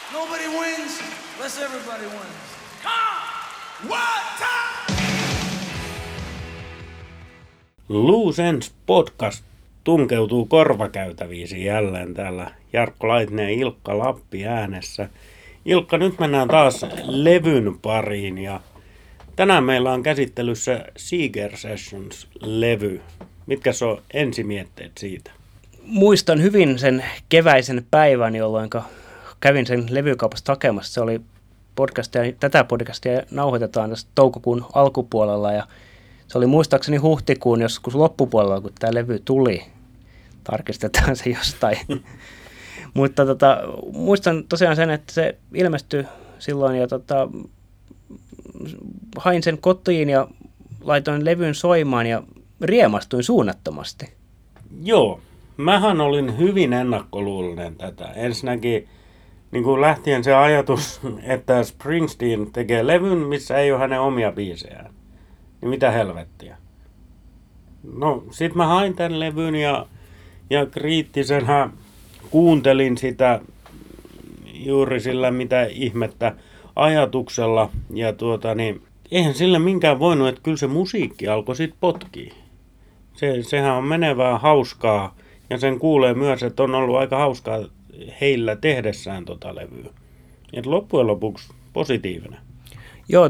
Nobody wins unless everybody wins. Come! One time! Loose Ends podcast tunkeutuu korvakäytäviisi jälleen täällä Jarkko Laitinen ja Ilkka Lappi äänessä. Ilkka, nyt mennään taas levyn pariin ja tänään meillä on käsittelyssä Seeger Sessions-levy. Mitkä on ensimietteet siitä? Muistan hyvin sen keväisen päivän, jolloin kävin sen levykaupasta hakemassa. Se oli tätä podcastia nauhoitetaan tässä toukokuun alkupuolella ja se oli muistaakseni huhtikuun joskus loppupuolella, kun tämä levy tuli. Tarkistetaan se jostain. Mutta muistan tosiaan sen, että se ilmestyi silloin ja hain sen kotiin ja laitoin levyn soimaan ja riemastuin suunnattomasti. Joo, mähän olin hyvin ennakkoluuloinen tätä. Ensinnäkin niin kuin lähtien se ajatus, että Springsteen tekee levyn, missä ei ole hänen omia biisejään. Niin mitä helvettiä. No, sit mä hain tämän levyn ja kriittisenä kuuntelin sitä juuri sillä mitä ihmettä ajatuksella. Ja eihän sillä minkään voinut, että kyllä se musiikki alkoi sit potkii. Sehän on menevää hauskaa ja sen kuulee myös, että on ollut aika hauskaa heillä tehdessään tota levyä. Et loppujen lopuksi positiivinen. Joo,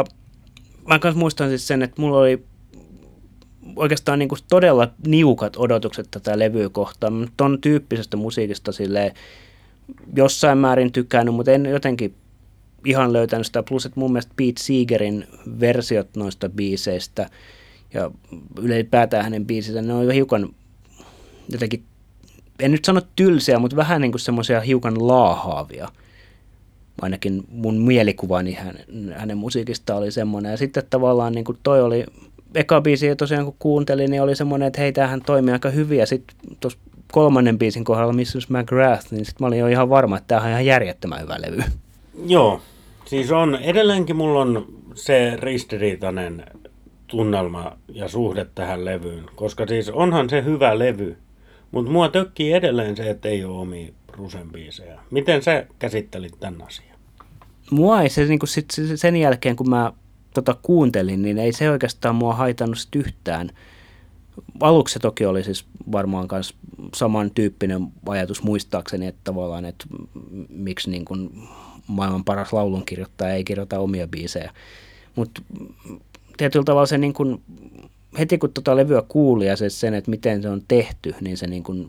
mä kanssa muistan siis sen, että mulla oli oikeastaan niin kuin todella niukat odotukset tätä levyä kohtaan. Ton tyyppisestä musiikista silleen jossain määrin tykännyt, mutta en jotenkin ihan löytänyt sitä. Plus, että mun mielestä Pete Seegerin versiot noista biiseistä ja ylipäätään hänen biisinsä, ne on jo hiukan jotenkin, en nyt sano tylsiä, mutta vähän niin kuin semmoisia hiukan laahaavia. Ainakin mun mielikuvani hänen musiikista oli semmoinen. Ja sitten tavallaan niin kuin toi oli, eka biisi tosiaan kun kuuntelin, niin oli semmoinen, että hei, tämähän toimii aika hyvin. Ja sitten tuossa kolmannen biisin kohdalla, Mrs. McGrath, niin sitten mä olin jo ihan varma, että tämähän on ihan järjettömän hyvä levy. Joo, siis on edelleenkin mulla on se ristiriitainen tunnelma ja suhde tähän levyyn. Koska siis onhan se hyvä levy, mutta mua tökkii edelleen se, että ei ole omia Brucen biisejä. Miten sä käsittelit tämän asian? Mua ei se, niin kuin sit sen jälkeen, kun mä kuuntelin, niin ei se oikeastaan mua haitannut sit yhtään. Aluksi se toki oli siis varmaan myös samantyyppinen ajatus muistaakseni, että tavallaan, että miksi niin kuin maailman paras laulunkirjoittaja ei kirjoita omia biisejä. Mutta tietyllä tavalla se niin kuin, heti kun levyä kuuli ja sen, että miten se on tehty, niin se niin kuin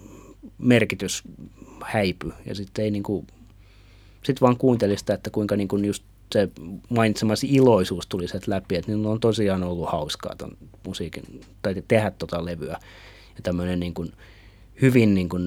merkitys häipyi. Ja sitten ei niinku, sit vaan kuunteli sitä, että kuinka niinku just se mainitsemasi iloisuus tuli sieltä läpi, että niillä on tosiaan ollut hauskaa ton musiikin, tai tehdä levyä. Ja tämmöinen niinku hyvin niinku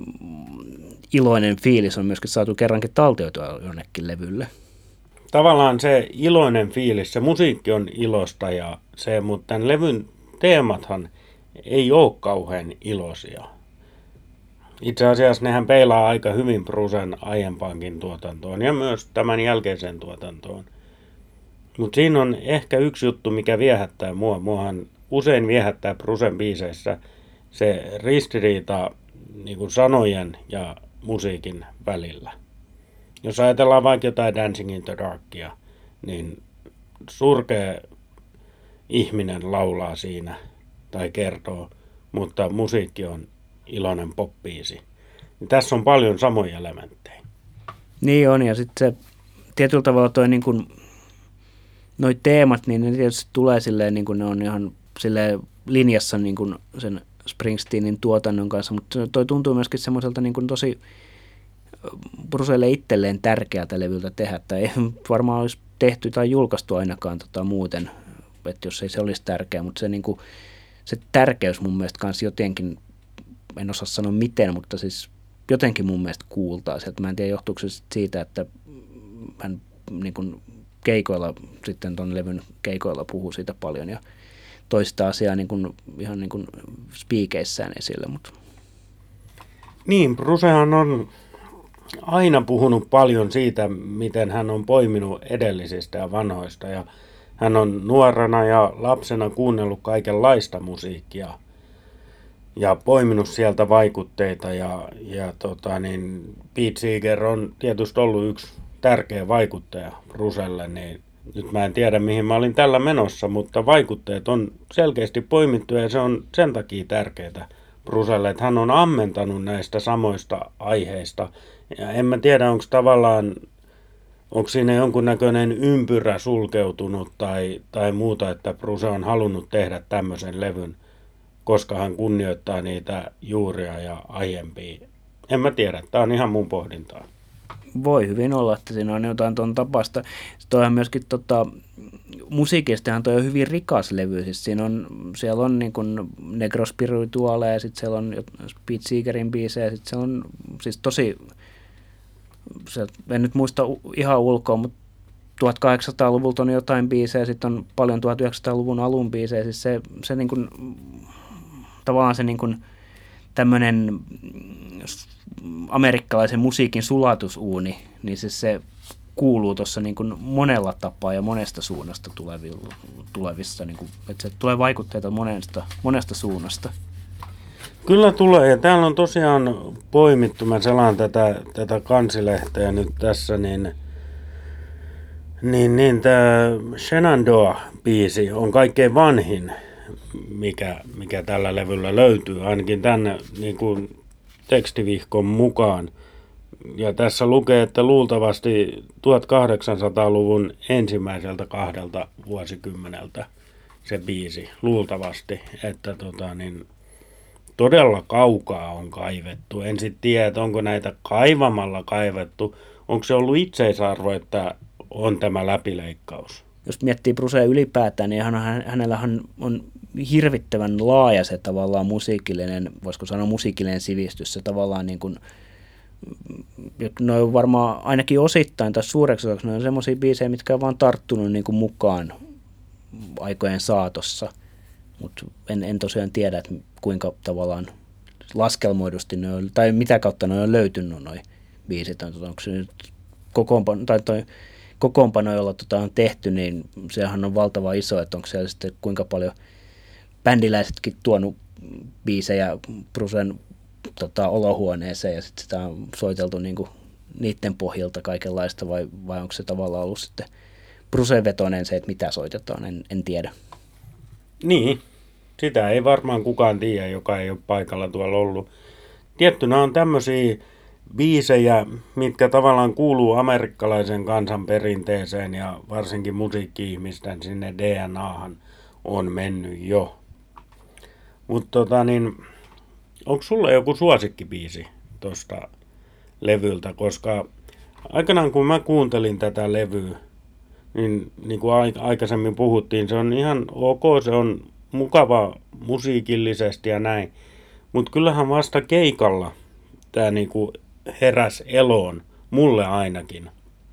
iloinen fiilis on myöskin saatu kerrankin taltioitua jonnekin levylle. Tavallaan se iloinen fiilis, se musiikki on ilosta ja se, mutta tämän levyn teemathan ei ole kauhean iloisia. Itse asiassa nehän peilaa aika hyvin Brucen aiempankin tuotantoon ja myös tämän jälkeiseen tuotantoon. Mutta siinä on ehkä yksi juttu, mikä viehättää mua. Muahan usein viehättää Brucen biiseissä se ristiriita niin kuin sanojen ja musiikin välillä. Jos ajatellaan vaikka jotain Dancing in the Darkia, niin surkea ihminen laulaa siinä tai kertoo, mutta musiikki on iloinen pop-biisi. Tässä on paljon samoja elementtejä. Niin on, ja sitten se tietyllä tavalla toi niin kuin, noi teemat, niin ne tietysti tulee silleen, niin kuin ne on ihan silleen linjassa niin kuin sen Springsteenin tuotannon kanssa, mutta toi tuntuu myöskin semmoiselta niin kuin tosi Brucelle itselleen tärkeältä levyltä tehdä, tai ei varmaan olisi tehty tai julkaistu ainakaan muuten, että jos ei se olisi tärkeä, mutta se, niin kuin, se tärkeys mun mielestä kanssa jotenkin, en osaa sanoa miten, mutta siis jotenkin mun mielestä kuultaa sieltä. Mä en tiedä, johtuuko se siitä, että hän niin kuin keikoilla, sitten ton levyn keikoilla puhuu siitä paljon ja toista asiaa niin kuin, ihan niin kuin spiikeissään esille. Mutta. Niin, Brucehan on aina puhunut paljon siitä, miten hän on poiminut edellisistä ja vanhoista. Ja hän on nuorena ja lapsena kuunnellut kaikenlaista musiikkia. ja poiminut sieltä vaikutteita Pete Seeger on tietysti ollut yksi tärkeä vaikuttaja Brucelle, niin nyt mä en tiedä mihin mä olin tällä menossa, mutta vaikutteet on selkeästi poimittu ja se on sen takia tärkeää Brucelle, että hän on ammentanut näistä samoista aiheista ja en mä tiedä onko siinä jonkunnäköinen ympyrä sulkeutunut tai muuta, että Bruce on halunnut tehdä tämmöisen levyn, koska hän kunnioittaa niitä juuria ja aiempia. En mä tiedä, tää on ihan mun pohdintaa. Voi hyvin olla, että siinä on jotain tuon tapasta. Toihan myöskin musiikistahan toi on hyvin rikas levy. Siis siellä on niin kuin Negro Spirituale ja sitten siellä on Pete Seegerin biisejä. Sitten se on siis tosi, en nyt muista ihan ulkoa, mutta 1800-luvulta on jotain biisejä, sitten on paljon 1900-luvun alun biisejä. Siis se niin kuin, tavallaan se niin kuin tämmöinen amerikkalaisen musiikin sulatusuuni, niin siis se kuuluu tuossa niin kuin monella tapaa ja monesta suunnasta tulevissa, niin kuin, että se tulee vaikutteita monesta suunnasta. Kyllä tulee, ja täällä on tosiaan poimittu, mä selaan tätä kansilehteä nyt tässä, niin tämä Shenandoah-biisi on kaikkein vanhin, mikä tällä levyllä löytyy, ainakin tänne niin kuin tekstivihkon mukaan. Ja tässä lukee, että luultavasti 1800-luvun ensimmäiseltä 2 vuosikymmeneltä se biisi, luultavasti, että todella kaukaa on kaivettu. En sitten tiedä, että onko näitä kaivamalla kaivettu, onko se ollut itseisarvo, että on tämä läpileikkaus. Jos miettii Brucea ylipäätään, niin hänellähän on hirvittävän laaja se tavallaan musiikillinen, voisiko sanoa musiikillinen sivistys, se tavallaan niin kuin, ne on varmaan ainakin osittain tai suureksi osaksi, ne on semmoisia biisejä, mitkä on vaan tarttunut niin kuin mukaan aikojen saatossa, mutta en tosiaan tiedä, että kuinka tavallaan laskelmoidusti ne on, tai mitä kautta ne on löytynyt noi biisit, onko se nyt kokoonpano, jolla on tehty, niin sehän on valtava iso, että onko siellä sitten kuinka paljon bändiläisetkin tuonut biisejä Brucen olohuoneeseen ja sitten sitä on soiteltu niinku niiden pohjalta kaikenlaista vai onko se tavallaan ollut sitten Bruce-vetoinen se, että mitä soitetaan, en tiedä. Niin, sitä ei varmaan kukaan tiedä, joka ei ole paikalla tuolla ollut. Tiettynä on tämmöisiä biisejä, mitkä tavallaan kuuluu amerikkalaisen kansan perinteeseen ja varsinkin musiikki-ihmisten sinne DNAhan on mennyt jo. Mutta onko sulla joku suosikkibiisi tuosta levyltä, koska aikanaan kun mä kuuntelin tätä levyä, niin kuin aikaisemmin puhuttiin, se on ihan ok, se on mukava musiikillisesti ja näin, mutta kyllähän vasta keikalla tämä niinku heräs eloon, mulle ainakin.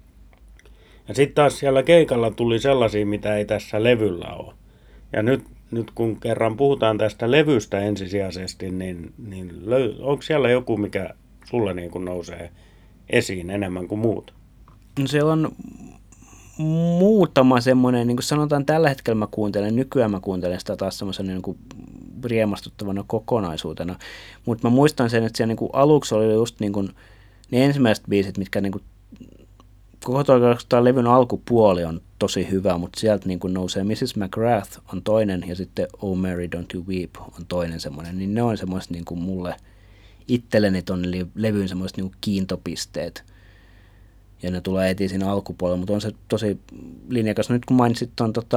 Ja sitten taas siellä keikalla tuli sellaisia, mitä ei tässä levyllä ole. Ja nyt kun kerran puhutaan tästä levystä ensisijaisesti, niin onko siellä joku, mikä sulle niin kuin nousee esiin enemmän kuin muut? No siellä on muutama semmoinen, niin kuin sanotaan tällä hetkellä nykyään mä kuuntelen sitä taas semmoisena niin kuin riemastuttavana kokonaisuutena. Mutta mä muistan sen, että siellä niin kuin aluksi oli just niin kuin ne ensimmäiset biisit, mitkä niin kuin koko tuo levyn alkupuoli on tosi hyvä, mutta sieltä niin kuin nousee Mrs. McGrath on toinen ja sitten Oh Mary Don't You Weep on toinen semmoinen, niin ne on semmoiset niin kuin mulle itselleni ton levyyn semmoiset niin kuin kiintopisteet. Ja ne tulee heti siinä alkupuolella, mutta on se tosi linjakas. Nyt kun mainitsit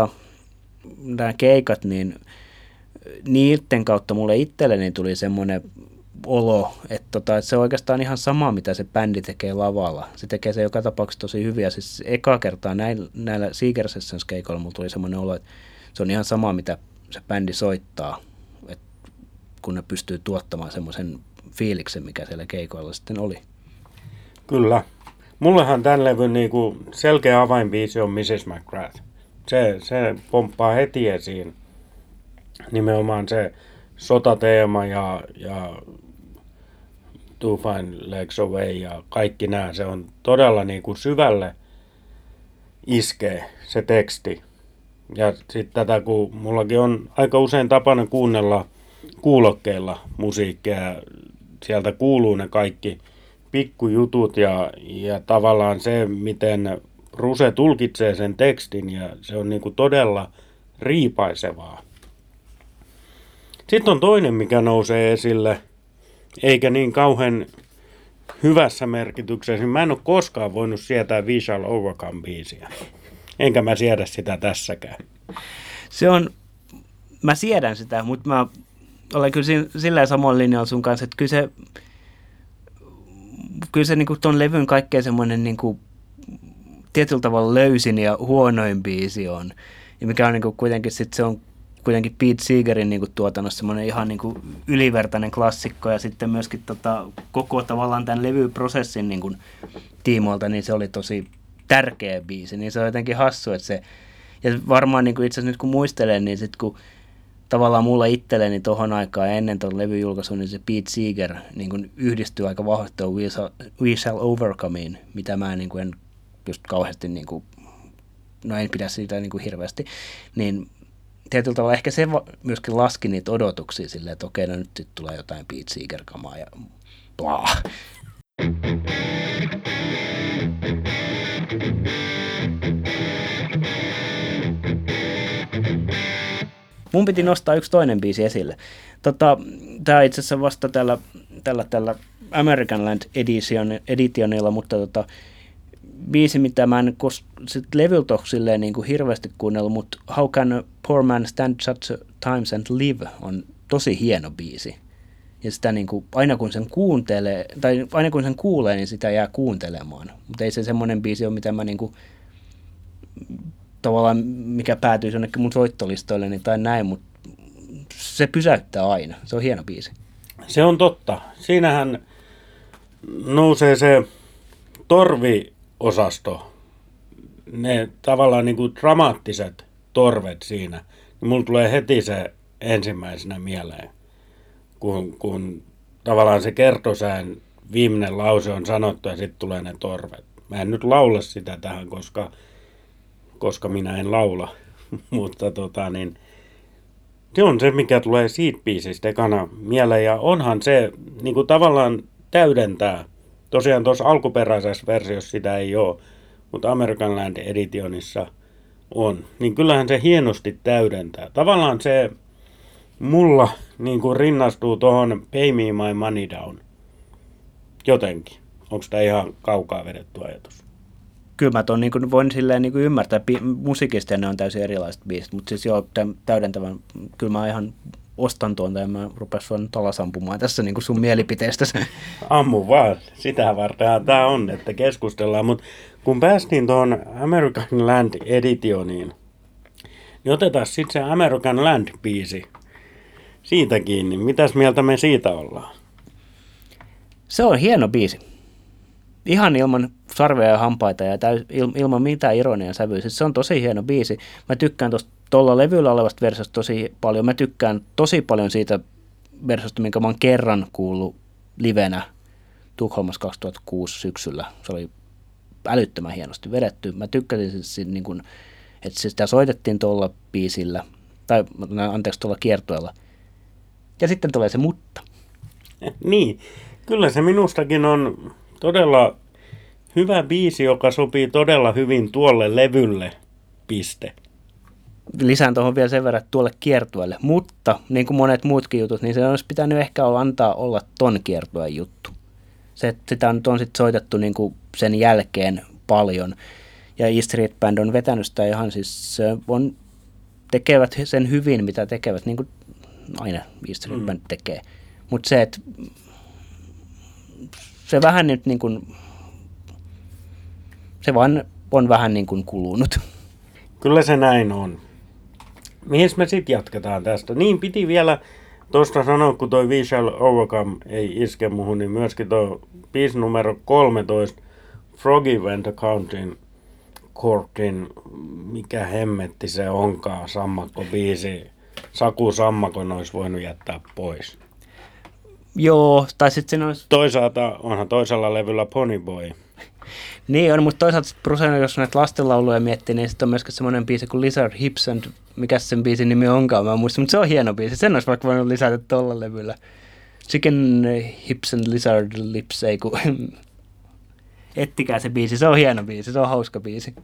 nämä keikat, niin niiden kautta mulle itselleni tuli semmoinen olo, että se on oikeastaan ihan sama, mitä se bändi tekee lavalla. Se tekee se joka tapauksessa tosi hyviä. Siis ekaa kertaa näillä Seeger Sessions-keikoilla mulla tuli semmoinen olo, että se on ihan sama, mitä se bändi soittaa, että kun ne pystyy tuottamaan semmoisen fiiliksen, mikä siellä keikoilla sitten oli. Kyllä. Mullehan tämän levyn niinku selkeä avainbiisi on Mrs. McGrath. Se pomppaa heti esiin. Nimenomaan se sotateema ja Two Fine Legs Away ja kaikki nämä. Se on todella niinku syvälle iskee se teksti. Ja sitten tätä, kun mullakin on aika usein tapana kuunnella kuulokkeilla musiikkia. Sieltä kuuluu ne kaikki pikkujutut ja tavallaan se, miten Ruse tulkitsee sen tekstin ja se on niinku todella riipaisevaa. Sitten on toinen, mikä nousee esille, eikä niin kauhean hyvässä merkityksessä. Mä en ole koskaan voinut sietää We Shall Overcome-biisiä. Enkä mä siedä sitä tässäkään. Se on, mä siedän sitä, mutta mä olen kyllä sillä samalla linjalla sun kanssa, että kyllä se niinku ton levyn kaikkein semmoinen niinku tietyllä tavalla löysin ja huonoin biisi on. Ja mikä on niinku kuitenkin sit se on kuitenkin Pete Seegerin niinku tuotannossa semmoinen ihan niinku ylivertainen klassikko ja sitten myöskin koko tavallaan tämän levyprosessin niinku tiimoilta, niin se oli tosi tärkeä biisi. Niin se on jotenkin hassu, että se, ja varmaan niinku itse asiassa nyt kun muistelen, niin sitten kun tavallaan mulla itselleni tohon aikaan ennen tuon levyn julkaisuun, niin se Pete Seeger niin yhdistyy aika vahvasti We Shall Overcomeen, mitä mä niin en just kauheasti, niin kuin, no en pidä siitä niin kuin hirveästi, niin tietyllä tavalla ehkä se myöskin laski niitä odotuksia silleen, että okei, no nyt sit tulee jotain Pete Seeger-kamaa ja blah. Mun piti nostaa yksi toinen biisi esille. Tämä itse asiassa vasta tällä American Land editionilla, mutta biisi, mitä mä en levyltä ole silleen niin kuin hirveästi kuunnellut, mutta How Can a Poor Man Stand Such Times and Live on tosi hieno biisi. Ja sitä niin kuin, aina kun sen kuulee, niin sitä jää kuuntelemaan. Mutta ei se semmoinen biisi ole, mitä mä niin kuin, tavallaan mikä päätyy jonnekin mun soittolistoille tai näin, mutta se pysäyttää aina. Se on hieno biisi. Se on totta. Siinähän nousee se torviosasto, ne tavallaan niin kuin dramaattiset torvet siinä. Mulla tulee heti se ensimmäisenä mieleen, kun tavallaan se kertosään viimeinen lause on sanottu ja sitten tulee ne torvet. Mä en nyt laula sitä tähän, koska minä en laula, mutta se on se, mikä tulee siitä biisistä ekana mieleen, ja onhan se niin kuin tavallaan täydentää. Tosiaan tuossa alkuperäisessä versiossa sitä ei ole, mutta American Land Editionissa on. Niin kyllähän se hienosti täydentää. Tavallaan se mulla niin kuin rinnastuu tuohon Pay Me My Money Down jotenkin. Onko tämä ihan kaukaa vedetty ajatus? Kyllä mä ton niin kuin voin silleen niin kuin ymmärtää. Musiikista ne on täysin erilaiset biisit, mutta siis joo, täydentävän. Kyllä mä ihan ostan tuon tai mä rupes sua nyt alasampumaan tässä niin kuin sun mielipiteestäsi. Ammu vaan. Sitä varten tämä on, että keskustellaan. Mutta kun päästiin tuohon American Land Editioniin, niin otetaan sitten se American Land-biisi siitä kiinni. Mitäs mieltä me siitä ollaan? Se on hieno biisi. Ihan ilman sarvea ja hampaita ja ilman mitään ironian sävyä. Siis se on tosi hieno biisi. Mä tykkään tuolla levyllä olevasta versiosta tosi paljon. Mä tykkään tosi paljon siitä versiosta, minkä mä oon kerran kuullut livenä Tukholmassa 2006 syksyllä. Se oli älyttömän hienosti vedetty. Mä tykkäsin siis niin kuin, että sitä soitettiin tuolla biisillä, tai anteeksi tuolla kiertueella. Ja sitten tulee se mutta. Niin, kyllä se minustakin on todella hyvä biisi, joka sopii todella hyvin tuolle levylle, piste. Lisään tuohon vielä sen verran, että tuolle kiertueelle, mutta niin kuin monet muutkin jutut, niin se olisi pitänyt ehkä antaa olla ton kiertueen juttu. Sitä on sitten soitettu niin kuin sen jälkeen paljon, ja E Street Band on vetänyt sitä ihan siis, tekevät sen hyvin, mitä tekevät, niin kuin aina E Street Band tekee. Mutta se, että se vähän nyt niin kuin, se vaan on vähän niin kuin kulunut. Kyllä se näin on. Mihin me sitten jatketaan tästä? Niin piti vielä tuosta sanoa, kun toi We Shall Overcome ei iske muhun, niin myöskin tuo biisi numero 13, Froggy Went a Counting Corkin, mikä hemmetti se onkaan, sammakko-biisi. Saku Sammakon olisi voinut jättää pois. Joo, tai sitten siinä olisi... Toisaalta onhan toisella levyllä Pony Boy. Niin on, mutta toisaalta Bruce, jos näitä lastenlauluja miettii, niin sitten on myöskin semmoinen biisi kuin Lizard Hips and mikä sen biisin nimi onkaan, mä en muista, mutta se on hieno biisi. Sen olisi vaikka voinut lisätä tuolla levyllä. Chicken Hips and Lizard Lips, ei kun ettikää se biisi, se on hieno biisi, se on hauska biisi.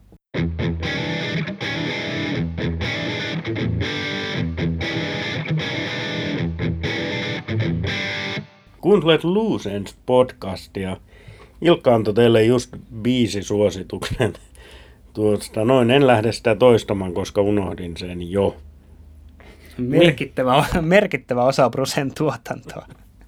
Kuuntelet Loose Ends podcastia. Ilkka antoi teille just biisisuosituksen tuosta. Noin, en lähde sitä toistamaan, koska unohdin sen jo. Merkittävä osa Brucen tuotantoa.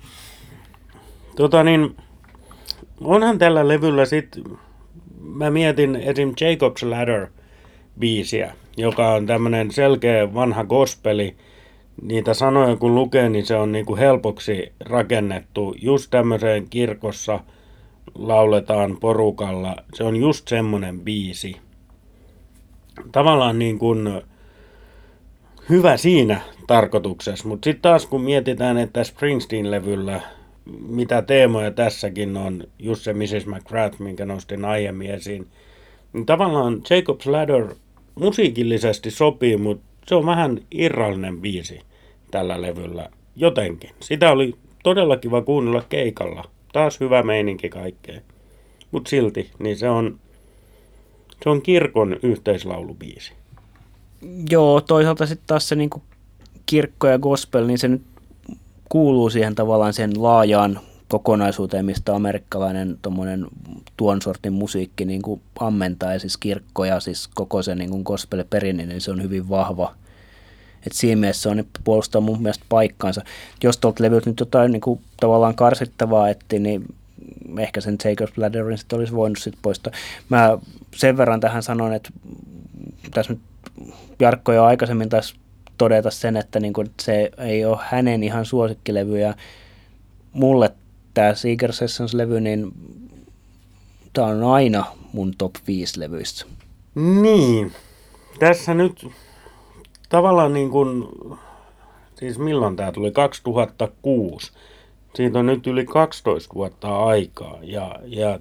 Onhan tällä levyllä mä mietin esim. Jacob's Ladder-biisiä, joka on tämmönen selkeä vanha gospeli. Niitä sanoja kun lukee, niin se on niinku helpoksi rakennettu. Just tämmöiseen kirkossa lauletaan porukalla. Se on just semmonen biisi. Tavallaan niin kuin hyvä siinä tarkoituksessa, mutta sitten taas kun mietitään, että Springsteen-levyllä, mitä teemoja tässäkin on, just se Mrs. McGrath, minkä nostin aiemmin esiin, niin tavallaan Jacob's Ladder musiikillisesti sopii, mutta se on vähän irrallinen biisi tällä levyllä jotenkin. Sitä oli todella kiva kuunnella keikalla. Taas hyvä meininki kaikkea. Mutta silti, niin se on kirkon yhteislaulubiisi. Joo, toisaalta sitten taas se niinku kirkko ja gospel, niin se nyt kuuluu siihen tavallaan sen laajaan kokonaisuuteen, mistä amerikkalainen tuon sortin musiikki niin kuin ammentaa, ja siis kirkko ja siis koko se niin gospel-perinne, niin se on hyvin vahva. Et siinä mielessä se on, puolustaa mun mielestä paikkaansa. Jos tuolta levyltä nyt jotain niin kuin tavallaan karsittavaa etti, niin ehkä sen Jacob's Ladderin sitten olisi voinut sit poistaa. Mä sen verran tähän sanon, että tässä nyt Jarkko jo aikaisemmin taisi todeta sen, että niin kuin se ei ole hänen ihan suosikkilevy, ja mulle tämä Seeger Sessions-levy, niin tämä on aina mun top 5 levyistä. Niin, tässä nyt tavallaan niin kuin, siis milloin tämä tuli? 2006. Siitä on nyt yli 12 vuotta aikaa, ja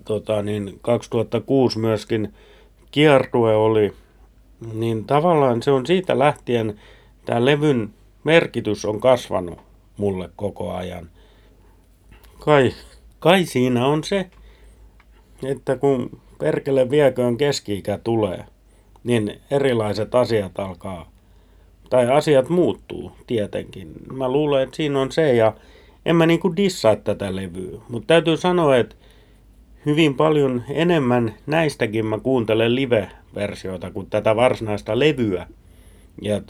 2006 myöskin kiertue oli, niin tavallaan se on siitä lähtien, tämä levyn merkitys on kasvanut mulle koko ajan. Kai siinä on se, että kun perkele vieköön keski-ikä tulee, niin erilaiset asiat asiat muuttuu tietenkin. Mä luulen, että siinä on se, ja en mä niinku dissaa tätä levyä, mutta täytyy sanoa, että hyvin paljon enemmän näistäkin mä kuuntelen live-versioita kuin tätä varsinaista levyä. Ja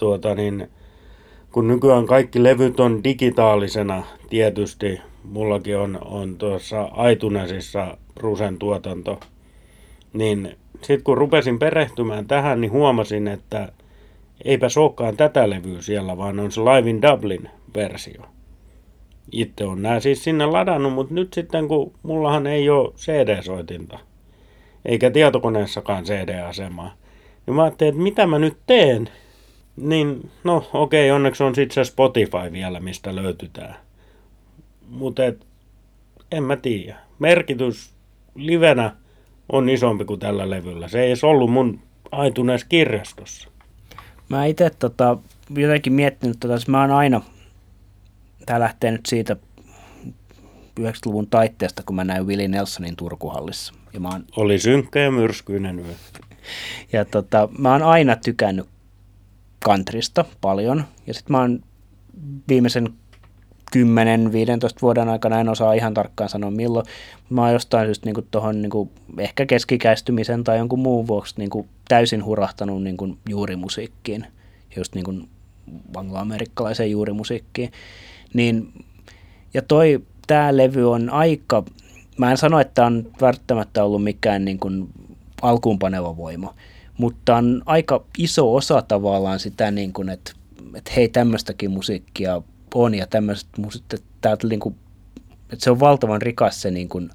kun nykyään kaikki levyt on digitaalisena, tietysti mullakin on tuossa iTunesissa Brucen tuotanto, niin sitten kun rupesin perehtymään tähän, niin huomasin, että eipä se olekaan tätä levyä siellä, vaan on se Live in Dublin-versio. Itse on nää siis sinne ladannut, mutta nyt sitten kun mullahan ei ole CD-soitinta, eikä tietokoneessakaan CD-asemaa, niin mä ajattelin, että mitä mä nyt teen? Niin, no okei, onneksi on sitten se Spotify vielä, mistä löytytään. Mutta en mä tiedä. Merkitys livenä on isompi kuin tällä levyllä. Se ei edes ollut mun iTunes-kirjastossa. Mä itse jotenkin miettinyt, mä oon aina, tää lähtee nyt siitä 90-luvun taitteesta, kun mä näin Willie Nelsonin Turkuhallissa. Ja oli synkkä ja myrskyinen yö. Ja mä oon aina tykännyt countrysta paljon, ja sitten mä oon viimeisen 10-15 vuoden aikana, en osaa ihan tarkkaan sanoa milloin, mä oon jostain syystä niinku tohon niinku ehkä keskikäistymisen tai jonkun muun vuoksi niinku täysin hurahtanut niinku juurimusiikkiin, just niinku angloamerikkalaiseen juurimusiikkiin. Niin, ja tää levy on aika, mä en sano, että on välttämättä ollut mikään niinku alkuunpaneva voima, mutta on aika iso osa tavallaan sitä, niin kuin, että hei, tämmöistäkin musiikkia on, ja tämmöistä täältä, niin kuin, että se on valtavan rikas se niin kuin,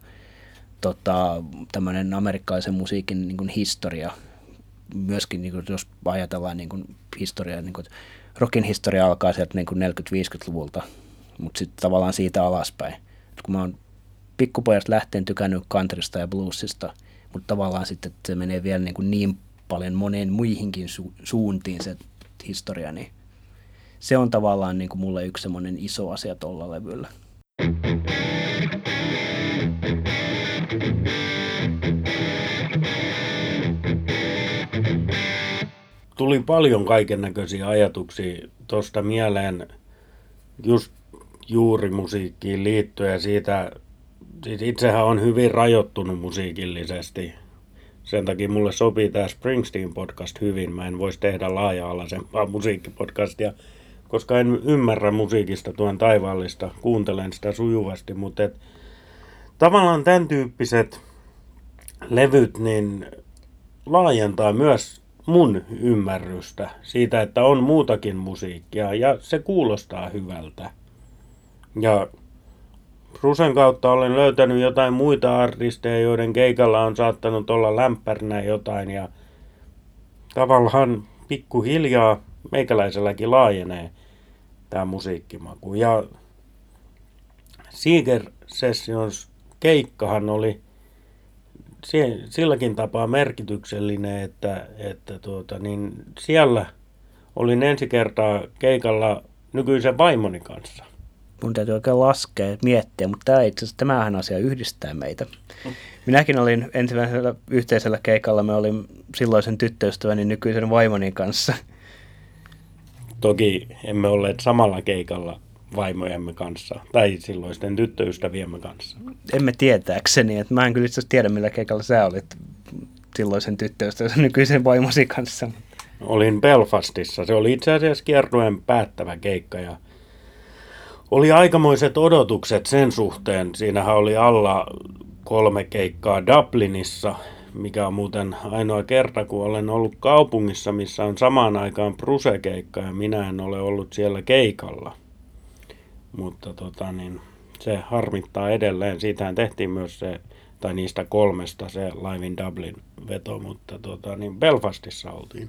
tämmöinen amerikkalaisen musiikin niin kuin historia. Myöskin, niin kuin, jos ajatellaan niin kuin, historiaa, niin kuin, rockin historia alkaa sieltä niin kuin 40-50-luvulta, mutta sitten tavallaan siitä alaspäin. Et kun mä oon pikkupojasta lähtien tykännyt countrysta ja bluesista, mutta tavallaan sitten että se menee vielä niin paljon moneen muihinkin suuntiin se historia, niin se on tavallaan niin kuin mulle yksi semmoinen iso asia tuolla levyllä. Tuli paljon kaikennäköisiä ajatuksia tuosta mieleen just juuri musiikkiin liittyen ja siitä, siis itsehän on hyvin rajoittunut musiikillisesti. Sen takia mulle sopii tämä Springsteen-podcast hyvin. Mä en voisi tehdä laaja-alaisempaa musiikkipodcastia, koska en ymmärrä musiikista tuon taivaallista. Kuuntelen sitä sujuvasti, mutta tavallaan tämän tyyppiset levyt niin laajentaa myös mun ymmärrystä siitä, että on muutakin musiikkia ja se kuulostaa hyvältä. Ja Brucen kautta olen löytänyt jotain muita artisteja, joiden keikalla on saattanut olla lämpärnä jotain ja tavallaan pikkuhiljaa meikäläiselläkin laajenee tämä musiikkimaku. Ja Seeger Sessions keikkahan oli silläkin tapaa merkityksellinen, että siellä olin ensi kertaa keikalla nykyisen vaimoni kanssa. Mun täytyy oikein laskea ja miettiä, mutta tämähän asia yhdistää meitä. Minäkin olin ensimmäisellä yhteisellä keikalla, me olin silloisen tyttöystäväni nykyisen vaimoni kanssa. Toki emme olleet samalla keikalla vaimojemme kanssa, tai silloisten tyttöystäviemme kanssa. Emme tietääkseni, että mä en kyllä itse asiassa tiedä, millä keikalla sä olit silloisen tyttöystävänsä nykyisen vaimosi kanssa. Olin Belfastissa, se oli itse asiassa kiertueen päättävä keikka ja oli aikamoiset odotukset sen suhteen. Siinähän oli alla 3 keikkaa Dublinissa, mikä on muuten ainoa kerta, kun olen ollut kaupungissa, missä on samaan aikaan Bruce-keikka ja minä en ole ollut siellä keikalla. Mutta se harmittaa edelleen. Siitähän tehtiin myös se, tai niistä 3 se Live in Dublin veto, mutta Belfastissa oltiin.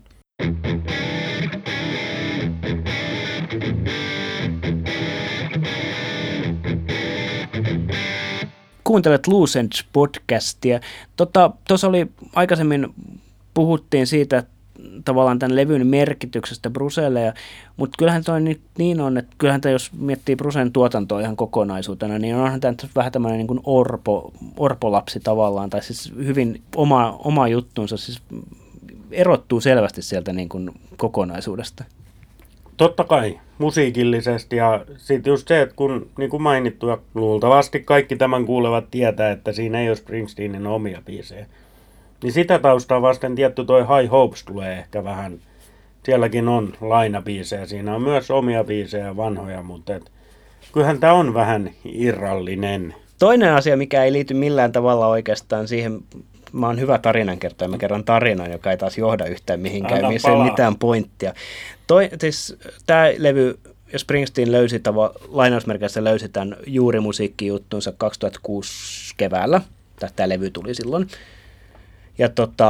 Kuuntelet Loose Ends-podcastia. Tuossa oli aikaisemmin puhuttiin siitä tavallaan tämän levyn merkityksestä Brucelle, mutta kyllähän toi niin on, että kyllähän tämä, jos miettii Brucen tuotantoa ihan kokonaisuutena, niin onhan tämä vähän tämmöinen niin kuin orpolapsi tavallaan, tai siis hyvin oma juttunsa, siis erottuu selvästi sieltä niin kuin kokonaisuudesta. Totta kai, musiikillisesti ja sitten just se, että kun niin kuin mainittu ja luultavasti kaikki tämän kuulevat tietää, että siinä ei ole Springsteenin omia biisejä. Niin sitä taustaa vasten tietty toi High Hopes tulee ehkä vähän, sielläkin on lainabiisejä, siinä on myös omia biisejä vanhoja, mutta kyllähän tämä on vähän irrallinen. Toinen asia, mikä ei liity millään tavalla oikeastaan siihen, mä oon hyvä tarinankertoja, mä kerron tarinan, joka ei taas johda yhtään mihinkään, missä ei ole mitään pointtia. Siis tämä levy, jos Springsteen lainausmerkeissä löysi tämän juurimusiikkijuttunsa 2006 keväällä, tämä levy tuli silloin. Ja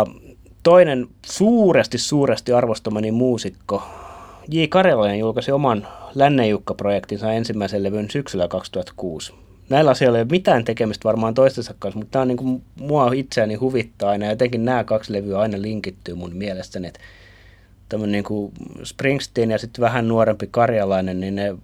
toinen suuresti arvostamani muusikko, J. Karjalainen, julkaisi oman Lännenjukka-projektinsa ensimmäisen levyn syksyllä 2006. Näillä asioilla ei ole mitään tekemistä varmaan toistensa kanssa, mutta tämä on niin kuin mua itseäni huvittaa aina. Jotenkin nämä 2 levyä aina linkittyy mun mielestäni. Että tämmöinen niin kuin Springsteen ja sitten vähän nuorempi Karjalainen, niin ne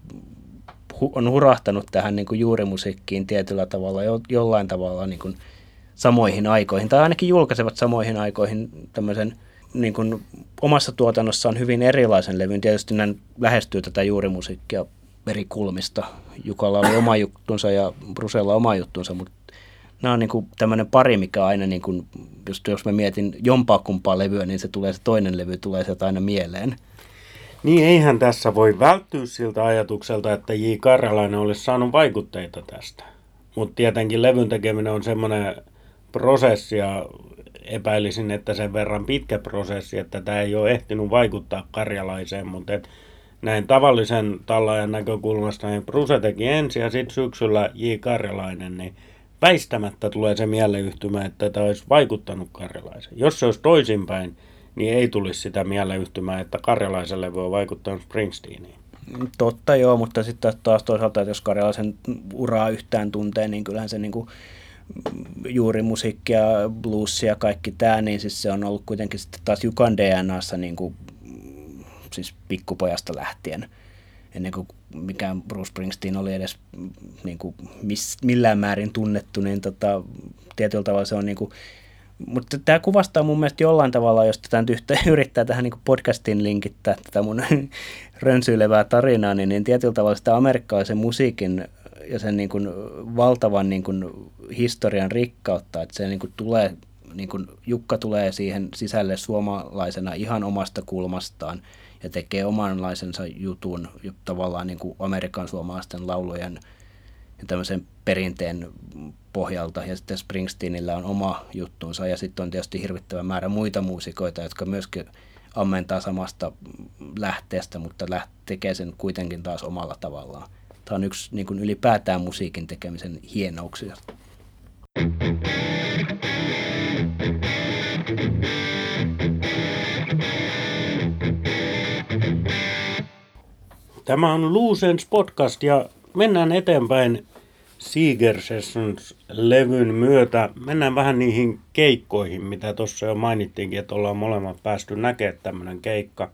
on hurahtanut tähän niin kuin juurimusiikkiin tietyllä tavalla, jollain tavalla niin kuin samoihin aikoihin. Tai ainakin julkaisevat samoihin aikoihin tämmöisen niin kuin omassa tuotannossaan hyvin erilaisen levyn. Tietysti näin lähestyy tätä juurimusiikkia eri kulmista. Jukalla oli oma juttunsa ja Brucella oma juttunsa, mutta nämä on niin kuin tämmöinen pari, mikä aina, niin kuin, jos mä mietin jompaa kumpaa levyä, niin se toinen levy tulee sieltä aina mieleen. Niin eihän tässä voi välttyä siltä ajatukselta, että J. Karjalainen olisi saanut vaikutteita tästä. Mutta tietenkin levyn tekeminen on semmoinen prosessi ja epäilisin, että sen verran pitkä prosessi, että tämä ei ole ehtinyt vaikuttaa Karjalaiseen, mutta näin tavallisen tallaajan näkökulmasta niin Bruce teki ensin ja sitten syksyllä J. Karjalainen, niin väistämättä tulee se mieleyhtymä, että tämä olisi vaikuttanut Karjalaiseen. Jos se olisi toisinpäin, niin ei tulisi sitä mieleyhtymää, että Karjalaisen levy on vaikuttanut Springsteeniin. Totta joo, mutta sitten taas toisaalta, että jos Karjalaisen uraa yhtään tuntee, niin kyllähän se niin kuin juurimusiikkia, bluesia, kaikki tämä, niin siis se on ollut kuitenkin sitten taas Jukan DNAssa niin kuin, siis pikkupojasta lähtien, ennen kuin mikään Bruce Springsteen oli edes niin kuin millään määrin tunnettu, niin tietyllä tavalla se on niin kuin, mutta tämä kuvastaa mun mielestä jollain tavalla, jos tätä nyt yrittää tähän niin kuin podcastiin linkittää tätä mun rönsyilevää tarinaa, niin tietyllä tavalla sitä amerikkalaisen musiikin ja sen niin kuin valtavan niin kuin historian rikkautta, että se niin kuin tulee, niin kuin Jukka tulee siihen sisälle suomalaisena ihan omasta kulmastaan ja tekee omanlaisensa jutun tavallaan niin kuin Amerikan suomalaisten laulujen ja tämmöisen perinteen pohjalta, ja sitten Springsteenillä on oma juttunsa, ja sitten on tietysti hirvittävä määrä muita muusikoita, jotka myöskin ammentaa samasta lähteestä, mutta tekee sen kuitenkin taas omalla tavallaan. Tämä on yksi niin kuin ylipäätään musiikin tekemisen hienouksia. Tämä on Loose Ends Podcast ja mennään eteenpäin Seeger Sessions-levyn myötä. Mennään vähän niihin keikkoihin, mitä tuossa jo mainittiinkin, että ollaan molemmat päästy näkemään tämmöinen keikka.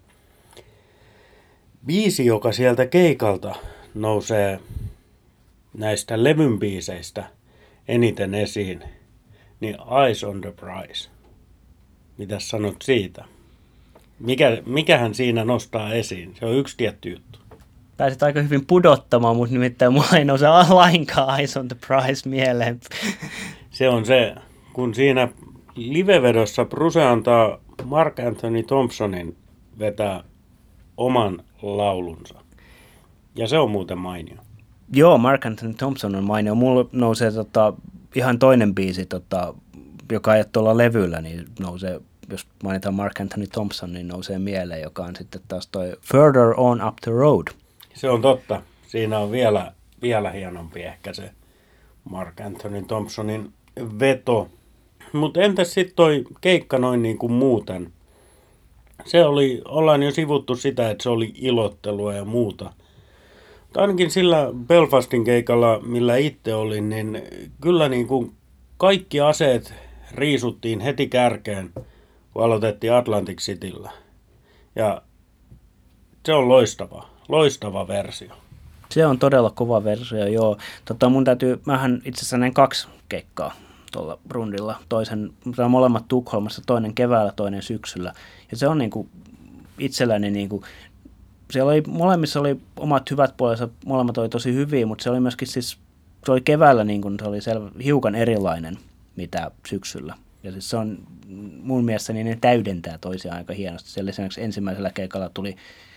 Biisi, joka sieltä keikalta nousee näistä levyn biiseistä eniten esiin, niin Eyes on the Prize. Mitäs sanot siitä? Mikähän siinä nostaa esiin? Se on yksi tietty juttu. Pääsit aika hyvin pudottamaan, mutta nimittäin mulla ei nouse lainkaan Eyes on the Prize mieleen. Se on se, kun siinä livevedossa Bruce antaa Mark Anthony Thompsonin vetää oman laulunsa. Ja se on muuten mainio. Joo, Mark Anthony Thompson on mainio. Mulla nousee ihan toinen biisi, joka ei ole tuolla levyllä, niin nousee, jos mainitaan Mark Anthony Thompson, niin nousee mieleen, joka on sitten taas toi Further On Up the Road. Se on totta. Siinä on vielä hienompi ehkä se Mark Anthony Thompsonin veto. Mutta entäs sitten toi keikka noin niin kuin muuten? Ollaan jo sivuttu sitä, että se oli ilottelua ja muuta. Mutta ainakin sillä Belfastin keikalla, millä itse olin, niin kyllä niin kuin kaikki aseet riisuttiin heti kärkeen, kun aloitettiin Atlantic Cityllä. Ja se on loistava versio. Se on todella kova versio, joo. Mähän itse asiassa näin 2 keikkaa tuolla rundilla. Molemmat Tukholmassa, toinen keväällä, toinen syksyllä. Ja se on niinku itselläni niinku, molemmissa oli omat hyvät puolensa, molemmat oli tosi hyviä, mutta se oli myöskin siis, se oli keväällä niinku, se oli hiukan erilainen mitä syksyllä. Ja siis se on mun mielestä, niin ne täydentää toisiaan aika hienosti. Siellä esimerkiksi ensimmäisellä keikalla tuli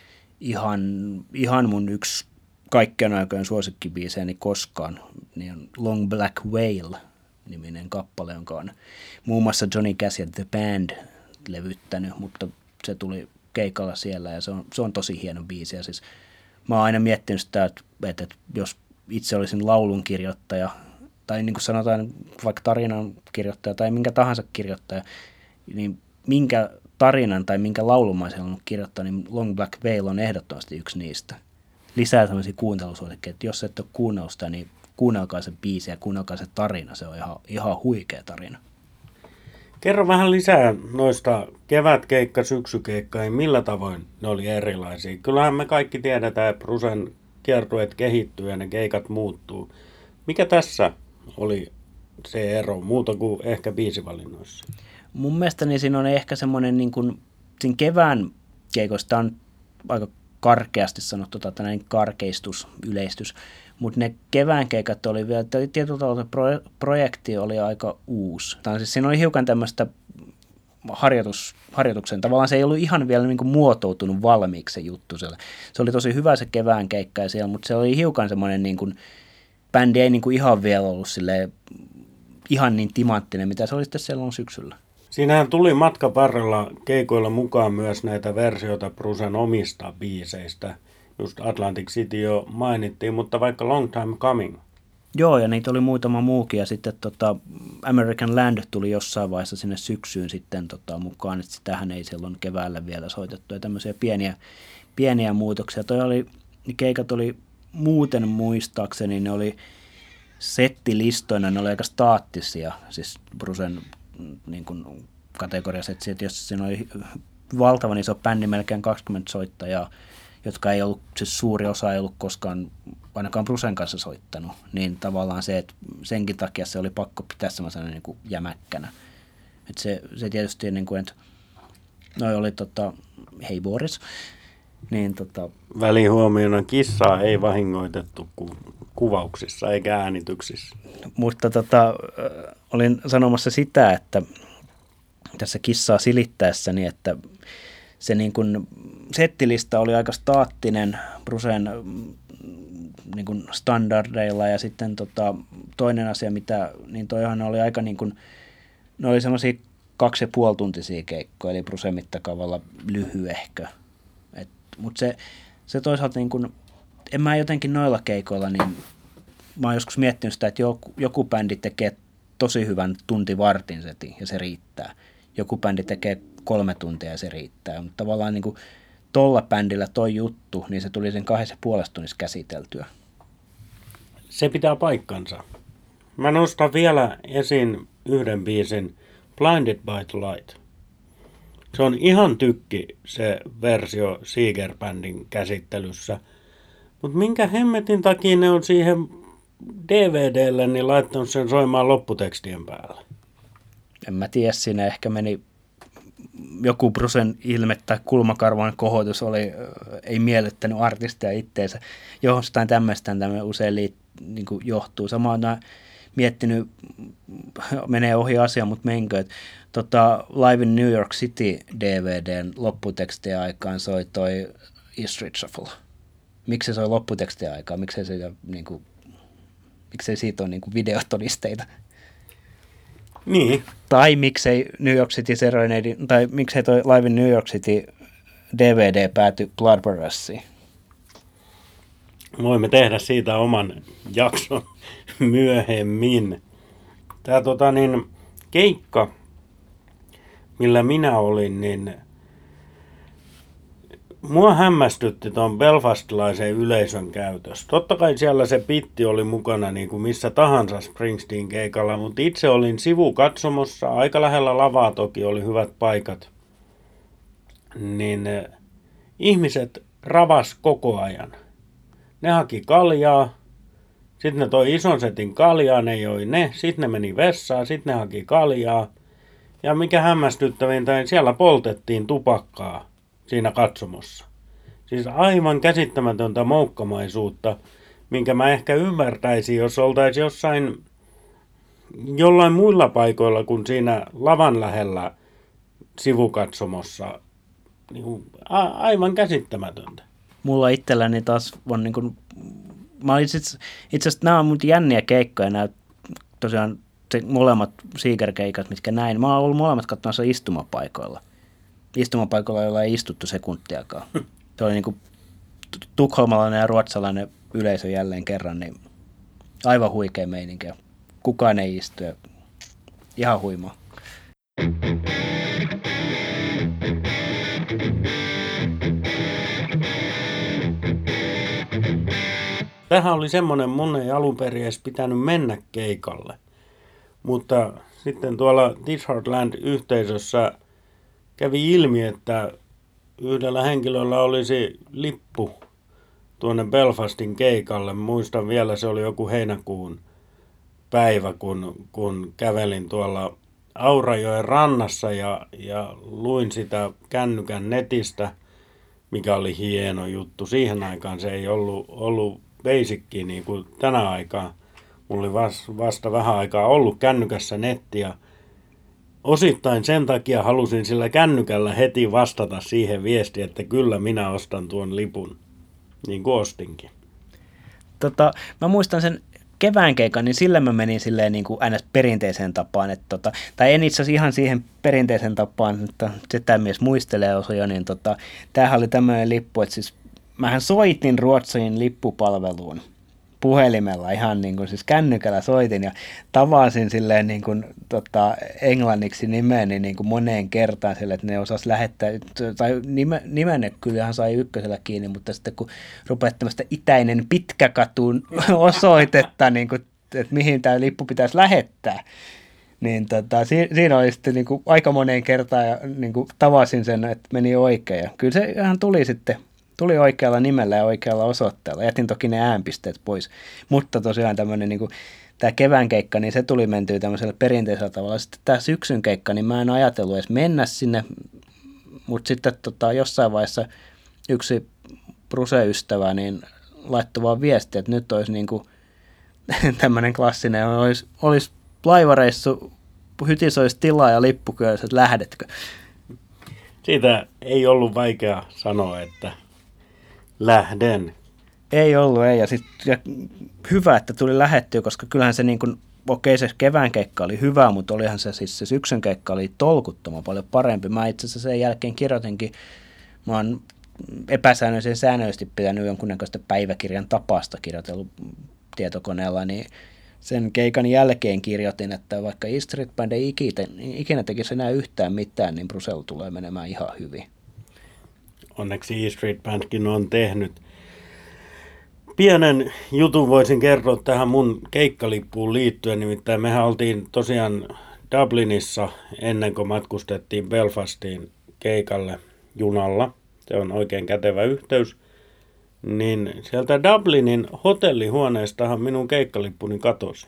ihan mun yksi kaikkien aikojen suosikkibiiseeni koskaan, niin on Long Black Whale-niminen kappale, jonka on muun muassa Johnny Cash ja The Band levyttänyt, mutta se tuli keikalla siellä ja se on tosi hieno biisi. Ja siis mä oon aina miettinyt sitä, että jos itse olisin laulunkirjoittaja, tai niin kuin sanotaan vaikka tarinan kirjoittaja tai minkä tahansa kirjoittaja, niin minkä tarinan tai minkä laulun mä olisin halunnut kirjoittaa, niin Long Black Veil on ehdottomasti yksi niistä. Lisää tämmöisiä kuuntelusuosikkeja, että jos et ole kuunnellut sitä, niin kuunnelkaa se biisi ja kuunnelkaa se tarina. Se on ihan huikea tarina. Kerro vähän lisää noista kevätkeikka, syksykeikka ja millä tavoin ne oli erilaisia. Kyllähän me kaikki tiedetään, että Brucen kiertueet kehittyy ja ne keikat muuttuu. Mikä tässä oli se ero, muuta kuin ehkä biisivalinnoissa? Mun mielestä niin siinä on ehkä semmoinen, niin kuin, siinä kevään keikoista on aika karkeasti sanottu, tällainen karkeistus, yleistys, mutta ne kevään keikat oli vielä, tietyllä tavalla projekti oli aika uusi. Siis siinä oli hiukan tämmöistä harjoituksen, tavallaan se ei ollut ihan vielä niin kuin muotoutunut valmiiksi se juttu siellä. Se oli tosi hyvä se kevään keikka siellä, mutta se oli hiukan semmoinen, niin kuin, bändi ei niin kuin ihan vielä ollut silleen, ihan niin timanttinen, mitä se oli sitten silloin syksyllä. Siinähän tuli matkan varrella keikoilla mukaan myös näitä versioita Brucen omista biiseistä. Just Atlantic City jo mainittiin, mutta vaikka Long Time Coming. Joo, ja niitä oli muutama muukin, ja sitten American Land tuli jossain vaiheessa sinne syksyyn sitten mukaan, että sitähän ei silloin keväällä vielä soitettu, ja tämmöisiä pieniä muutoksia. Keikat oli muuten muistaakseni, ne oli settilistoina, ne oli aika staattisia, siis Brucen niin kuin kategoriasetsiä, että jos siinä oli valtavan iso bändi, melkein 20 soittajaa, jotka ei ollut, siis suuri osa ei ollut koskaan ainakaan Brucen kanssa soittanut, niin tavallaan se, että senkin takia se oli pakko pitää semmoisena niin kuin jämäkkänä. Että se tietysti, niin kuin, että noi oli hei Boris, niin Välihuomiona kissaa ei vahingoitettu kuvauksissa eikä äänityksissä. Mutta olin sanomassa sitä, että tässä kissaa silittäessäni, että se niin kuin settilista oli aika staattinen Brucen niin kuin standardeilla ja sitten toinen asia, niin toihan oli aika niin kuin, ne oli semmoisia 2,5-tuntisia keikkoja, eli Brucen mittakaavalla lyhyehkö. Mutta se toisaalta niin kuin, en mä jotenkin noilla keikoilla, niin mä oon joskus miettinyt sitä, että joku bändi tekee tosi hyvän tuntivartin setin ja se riittää. Joku bändi tekee 3 tuntia ja se riittää. Mutta tavallaan niin kuin tolla bändillä toi juttu, niin se tuli sen 2,5 tunnissa käsiteltyä. Se pitää paikkansa. Mä nostan vielä esiin yhden biisin, Blinded by the Light. Se on ihan tykki se versio Seeger-bändin käsittelyssä. Mutta minkä hemmetin takia ne on siihen DVDlle niin laittanut sen soimaan lopputekstien päälle? En mä tiedä, siinä ehkä meni joku Brucen ilme tai kulmakarvoinen kohotus ei miellyttänyt artistia itteensä. Jostain tämmöistä usein niin johtuu. Samaan on miettinyt, menee ohi asia, mutta menkö, että Live in New York City DVDn lopputekstien aikaan soi toi East Street Shuffle. Miksi se soi lopputekstien aikaan? Miksei siitä ole niin kuin videotodisteita? Niin. Tai miksei New York City Serenade, tai miksei toi Live in New York City DVD pääty Bloodbath-rassiin? Voimme tehdä siitä oman jakson myöhemmin. Tämä keikka, millä minä olin, niin mua hämmästytti tuon belfastilaisen yleisön käytös. Totta kai siellä se pitti oli mukana niin kuin missä tahansa Springsteen-keikalla, mutta itse olin sivukatsomossa, aika lähellä lavaa toki, oli hyvät paikat. Niin ihmiset ravas koko ajan. Ne haki kaljaa, sitten ne toi ison setin kaljaa, ne joi ne, sitten ne meni vessaan, sitten ne haki kaljaa. Ja mikä hämmästyttävintä, niin siellä poltettiin tupakkaa siinä katsomossa. Siis aivan käsittämätöntä moukkamaisuutta, minkä mä ehkä ymmärtäisin, jos oltaisiin jollain muilla paikoilla kuin siinä lavan lähellä sivukatsomossa. Niin aivan käsittämätöntä. Mulla itselläni taas on niin kuin, mä itse asiassa nämä on mun jänniä keikkoja, nämä tosiaan molemmat Seeger-keikat, mitkä näin. Mä oon ollut molemmat katsomassa istumapaikoilla. Istumapaikoilla, joilla ei istuttu sekuntiakaan. Se oli niin kuin tukholmalainen ja ruotsalainen yleisö jälleen kerran, niin aivan huikea meininki. Kukaan ei istu. Ihan huimaa. Tähän oli semmoinen, mun ei alun perin edes pitänyt mennä keikalle. Mutta sitten tuolla This Heartland-yhteisössä kävi ilmi, että yhdellä henkilöllä olisi lippu tuonne Belfastin keikalle. Muistan vielä, se oli joku heinäkuun päivä, kun kävelin tuolla Aurajoen rannassa ja luin sitä kännykän netistä, mikä oli hieno juttu. Siihen aikaan se ei ollut basicki niin kuin tänä aikaan. Mulla oli vasta vähän aikaa ollut kännykässä netti ja osittain sen takia halusin sillä kännykällä heti vastata siihen viestiin, että kyllä minä ostan tuon lipun, niin kuin ostinkin. Mä muistan sen kevään keikan, niin sillä mä menin silleen niin kuin ns. Perinteiseen tapaan, että tai en itse asiassa ihan siihen perinteiseen tapaan, että setämies muistelee osia, niin tämähän oli tämmöinen lippu, että siis mähän soitin Ruotsin lippupalveluun puhelimella ihan niin kuin siis kännykällä soitin ja tavasin silleen niin kuin englanniksi nimeni niin kuin moneen kertaan sille, että ne osas lähettää, tai nimenne kyllähän sai ykkösellä kiinni, mutta sitten kun rupeat tämmöistä itäinen Pitkäkatuun osoitetta niin kuin että mihin tämä lippu pitäisi lähettää. Niin siinä oli sitten niin kuin aika moneen kertaan ja niin kuin tavasin sen, että meni oikein. Ja kyllä se ihan tuli oikealla nimellä ja oikealla osoitteella. Jätin toki ne äänpisteet pois. Mutta tosiaan tämmöinen niin kuin tämä kevään keikka, niin se tuli mentyä tämmöisellä perinteisellä tavalla. Sitten tämä syksyn keikka, niin mä en ajatellut edes mennä sinne, mutta sitten jossain vaiheessa yksi Bruse-ystävä niin laittoi vaan viestiä, että nyt olisi niin kuin tämmöinen klassinen, olisi laivareissu, hytis olisi tilaa ja lippukyössä, että lähdetkö? Siitä ei ollut vaikea sanoa, että lähden. Ei ollut, ei. Ja hyvä, että tuli lähettyä, koska kyllähän se niin kuin, okei, se kevään keikka oli hyvä, mutta olihan se siis se syksyn keikka oli tolkuttoman paljon parempi. Mä itse asiassa sen jälkeen kirjoitinkin, mä oon epäsäännöllisen säännöllisesti pitänyt jonkunnäköistä päiväkirjan tapasta kirjoitellut tietokoneella, niin sen keikan jälkeen kirjoitin, että vaikka E Street Band ei ikinä tekisi enää yhtään mitään, niin Brusella tulee menemään ihan hyvin. Onneksi E Street Bandkin on tehnyt. Pienen jutun voisin kertoa tähän mun keikkalippuun liittyen, nimittäin mehän oltiin tosiaan Dublinissa ennen kuin matkustettiin Belfastiin keikalle junalla. Se on oikein kätevä yhteys. Niin sieltä Dublinin hotellihuoneestahan minun keikkalippuni katosi.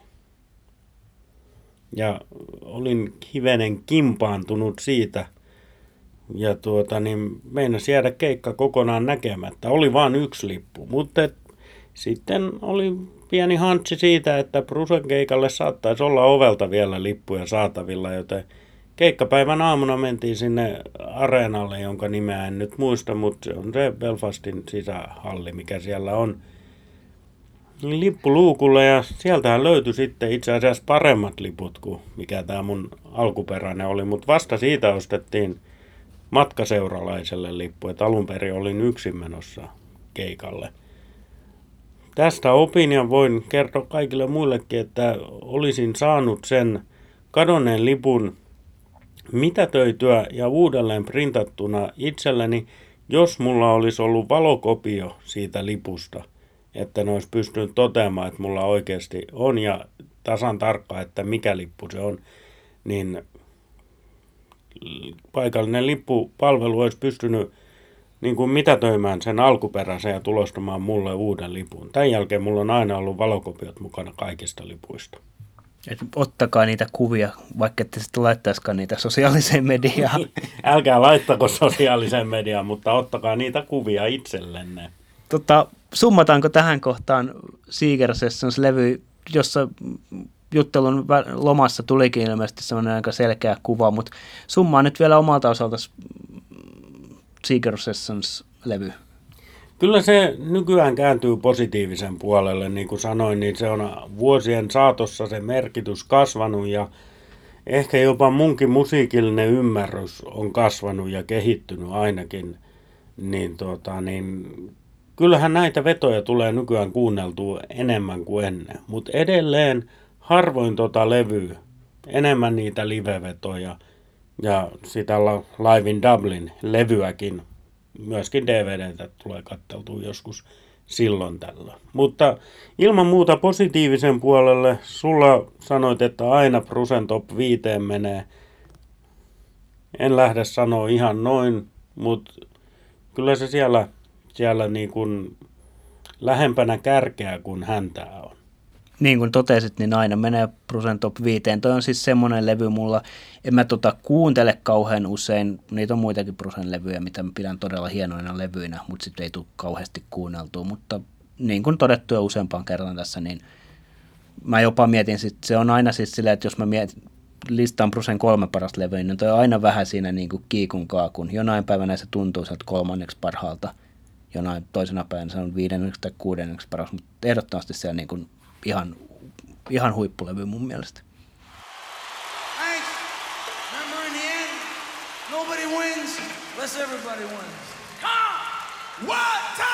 Ja olin hivenen kimpaantunut siitä. Ja niin meinasi jäädä keikka kokonaan näkemättä. Oli vain yksi lippu, mutta sitten oli pieni hantsi siitä, että Brusen keikalle saattaisi olla ovelta vielä lippuja saatavilla, joten keikkapäivän aamuna mentiin sinne areenalle, jonka nimeä en nyt muista, mutta se on se Belfastin sisähalli, mikä siellä on. Niin lippuluukulle ja sieltähän löytyi sitten itse asiassa paremmat liput kuin mikä tämä mun alkuperäinen oli, mutta vasta siitä ostettiin matkaseuralaiselle lippu, että alun perin olin yksin menossa keikalle. Tästä opin ja voin kertoa kaikille muillekin, että olisin saanut sen kadonneen lipun mitätöityä ja uudelleen printattuna itselleni, jos mulla olisi ollut valokopio siitä lipusta, että ne olisi pystynyt toteamaan, että mulla oikeasti on ja tasan tarkkaan, että mikä lippu se on, niin paikallinen lippupalvelu olisi pystynyt niin kuin mitätöimään sen alkuperäisen ja tulostamaan mulle uuden lipun. Tämän jälkeen mulla on aina ollut valokopiot mukana kaikista lipuista. Et ottakaa niitä kuvia, vaikka ette sitten laittaisikaan niitä sosiaaliseen mediaan. Älkää laittako sosiaaliseen mediaan, mutta ottakaa niitä kuvia itsellenne. Summataanko tähän kohtaan Seeger Sessions-levy, jossa juttelun lomassa tulikin ilmeisesti sellainen aika selkeä kuva, mutta summaa nyt vielä omalta osalta Seeger Sessions-levy. Kyllä se nykyään kääntyy positiivisen puolelle, niin kuin sanoin, niin se on vuosien saatossa se merkitys kasvanut ja ehkä jopa munkin musiikillinen ymmärrys on kasvanut ja kehittynyt ainakin, niin, kyllähän näitä vetoja tulee nykyään kuunneltua enemmän kuin ennen, mutta edelleen harvoin levyä, enemmän niitä live-vetoja ja sitä Live in Dublin levyäkin. Myöskin DVDtä tulee katteltua joskus silloin tällä. Mutta ilman muuta positiivisen puolelle, sulla sanoit, että aina Brusen top 5 menee. En lähde sanoa ihan noin, mutta kyllä se siellä niin kuin lähempänä kärkeä kuin häntää on. Niin kuin totesit, niin aina menee Brusen top 5. Toi on siis semmoinen levy mulla, en mä kuuntele kauhean usein. Niitä on muitakin Brusen levyjä, mitä mä pidän todella hienoina levyinä, mutta sitten ei tule kauheasti kuunneltua. Mutta niin kuin todettu jo useampaan kerran tässä, niin mä jopa mietin, se on aina siis silleen, että jos mä listaan Brusen 3 parasta levyä, niin toi on aina vähän siinä niin kuin kiikun kaakun. Jonain päivänä se tuntuu sieltä 3. parhaalta, jonain toisena päivänä se on 5. tai 6. paras, mutta ehdottomasti siellä niin kuin ihan huippulevy mun mielestä. Thanks. Remember in the end, nobody wins unless everybody wins. Come! What time?